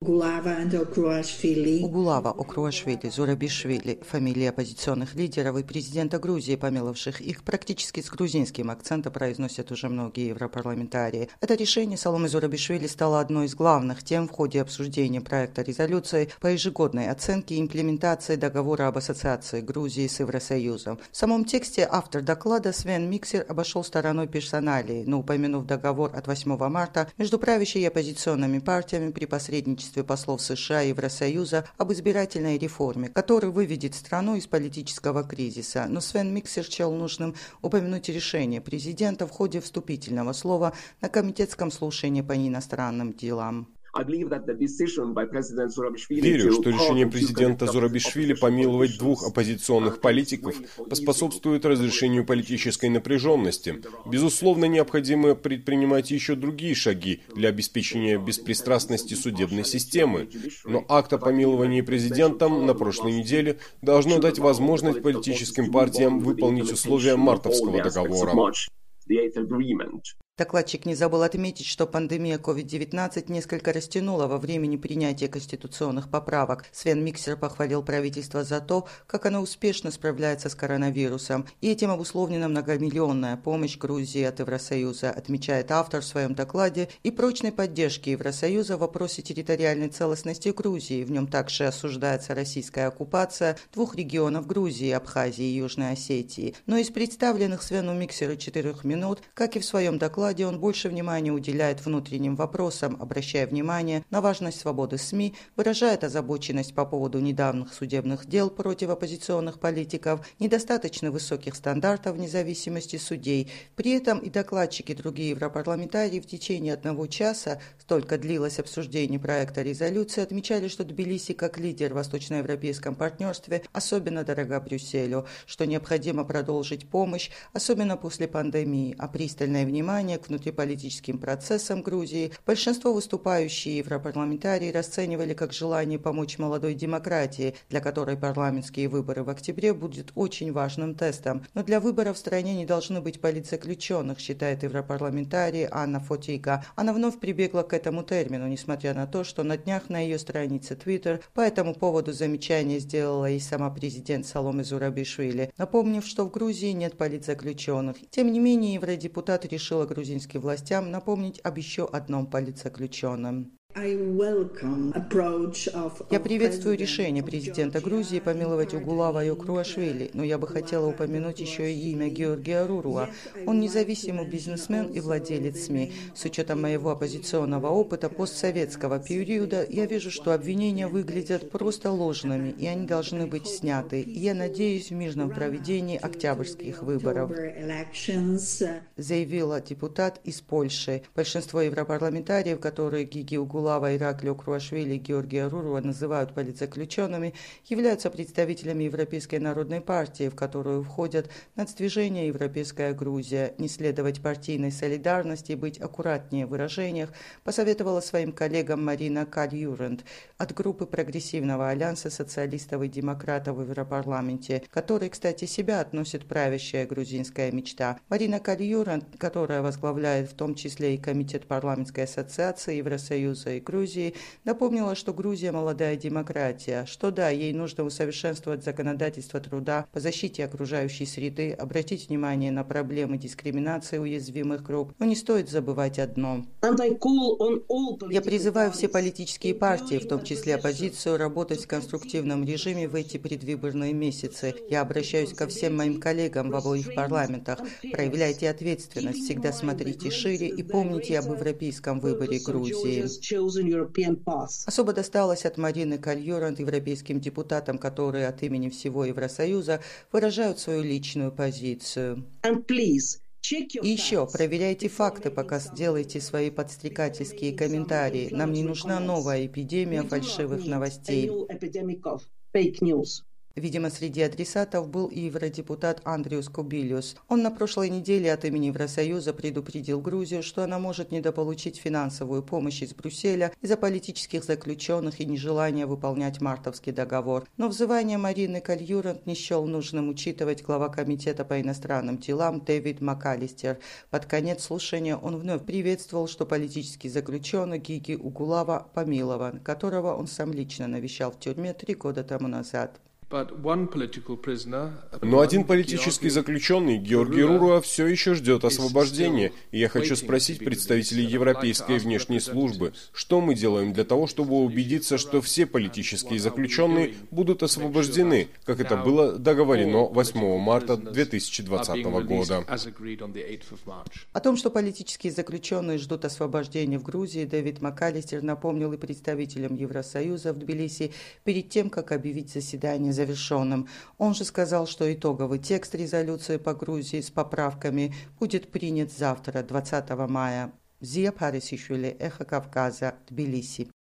Угулава, Окруашвили, Зурабишвили – фамилии оппозиционных лидеров и президента Грузии, помиловавших их, практически с грузинским акцентом произносят уже многие европарламентарии. Это решение Саломы Зурабишвили стало одной из главных тем в ходе обсуждения проекта резолюции по ежегодной оценке и имплементации договора об ассоциации Грузии с Евросоюзом. В самом тексте автор доклада Свен Миксер обошел стороной персоналии, но упомянув договор от 8 марта между правящей и оппозиционными партиями при посредничестве послов США и Евросоюза об избирательной реформе, который выведет страну из политического кризиса. Но Свен Миксер счел нужным упомянуть решение президента в ходе вступительного слова на комитетском слушании по иностранным делам. Верю, что решение президента Зурабишвили помиловать двух оппозиционных политиков поспособствует разрешению политической напряженности. Безусловно, необходимо предпринимать еще другие шаги для обеспечения беспристрастности судебной системы. Но акт о помиловании президентом на прошлой неделе должно дать возможность политическим партиям выполнить условия Мартовского договора. Докладчик не забыл отметить, что пандемия COVID-19 несколько растянула во времени принятия конституционных поправок. Свен Миксер похвалил правительство за то, как оно успешно справляется с коронавирусом. И этим обусловлена многомиллионная помощь Грузии от Евросоюза, отмечает автор в своем докладе, и прочной поддержки Евросоюза в вопросе территориальной целостности Грузии. В нем также осуждается российская оккупация двух регионов Грузии, Абхазии и Южной Осетии. Но из представленных Свену Миксеру 4 минут, как и в своем докладе, он больше внимания уделяет внутренним вопросам, обращая внимание на важность свободы СМИ, выражает озабоченность по поводу недавних судебных дел против оппозиционных политиков, недостаточно высоких стандартов независимости судей. При этом и докладчики, и другие европарламентарии в течение 1 часа, столько длилось обсуждение проекта резолюции, отмечали, что Тбилиси как лидер в восточноевропейском партнерстве особенно дорога Брюсселю, что необходимо продолжить помощь, особенно после пандемии, а пристальное внимание к внутриполитическим процессам Грузии большинство выступающие европарламентарии расценивали как желание помочь молодой демократии, для которой парламентские выборы в октябре будут очень важным тестом. Но для выборов в стране не должны быть политзаключенных, считает европарламентарий Анна Фотига. Она вновь прибегла к этому термину, несмотря на то, что на днях на ее странице Twitter по этому поводу замечание сделала и сама президент Саломе Зурабишвили, напомнив, что в Грузии нет политзаключенных. Тем не менее, евродепутат решила грузинским властям напомнить об еще одном политзаключенном. Я приветствую решение президента Грузии помиловать Угулава и Окруашвили, но я бы хотела упомянуть еще и имя Георгия Руруа. Он независимый бизнесмен и владелец СМИ. С учетом моего оппозиционного опыта постсоветского периода, я вижу, что обвинения выглядят просто ложными, и они должны быть сняты. И я надеюсь в мирном проведении октябрьских выборов, заявила депутат из Польши. Большинство европарламентариев, которые Гиги Угулава, Ираклио Окруашвили и Георгия Руруа называют политзаключенными, являются представителями Европейской народной партии, в которую входят нацдвижение «Европейская Грузия». Не следовать партийной солидарности и быть аккуратнее в выражениях посоветовала своим коллегам Марина Каль-Юрент от группы Прогрессивного альянса социалистов и демократов в Европарламенте, который, кстати, себя относит правящая грузинская мечта. Марина Каль-Юрент, которая возглавляет в том числе и Комитет парламентской ассоциации Евросоюза и Грузии, напомнила, что Грузия – молодая демократия, что да, ей нужно усовершенствовать законодательство труда по защите окружающей среды, обратить внимание на проблемы дискриминации уязвимых групп, но не стоит забывать одно. Я призываю все политические партии, в том числе оппозицию, работать в конструктивном режиме в эти предвыборные месяцы. Я обращаюсь ко всем моим коллегам в обоих парламентах. Проявляйте ответственность, всегда смотрите шире и помните об европейском выборе Грузии. Особо досталось от Марины Каль-Юрент европейским депутатам, которые от имени всего Евросоюза выражают свою личную позицию. И еще, проверяйте факты, пока сделаете свои подстрекательские комментарии. Нам не нужна новая эпидемия фальшивых новостей. Видимо, среди адресатов был и евродепутат Андриус Кубилюс. Он на прошлой неделе от имени Евросоюза предупредил Грузию, что она может недополучить финансовую помощь из Брюсселя из-за политических заключенных и нежелания выполнять Мартовский договор. Но взывание Марины Кальюрант не счел нужным учитывать глава Комитета по иностранным делам Дэвид МакАлистер. Под конец слушания он вновь приветствовал, что политический заключенный Гиги Угулава помилован, которого он сам лично навещал в тюрьме 3 года тому назад. Но один политический заключенный, Георгий Руруа, все еще ждет освобождения. И я хочу спросить представителей Европейской внешней службы, что мы делаем для того, чтобы убедиться, что все политические заключенные будут освобождены, как это было договорено 8 марта 2020 года. О том, что политические заключенные ждут освобождения в Грузии, Дэвид МакАлистер напомнил и представителям Евросоюза в Тбилиси перед тем, как объявить заседание завершенным. Он же сказал, что итоговый текст резолюции по Грузии с поправками будет принят завтра, 20 мая. Зия Парисишвили, Эхо Кавказа, Тбилиси.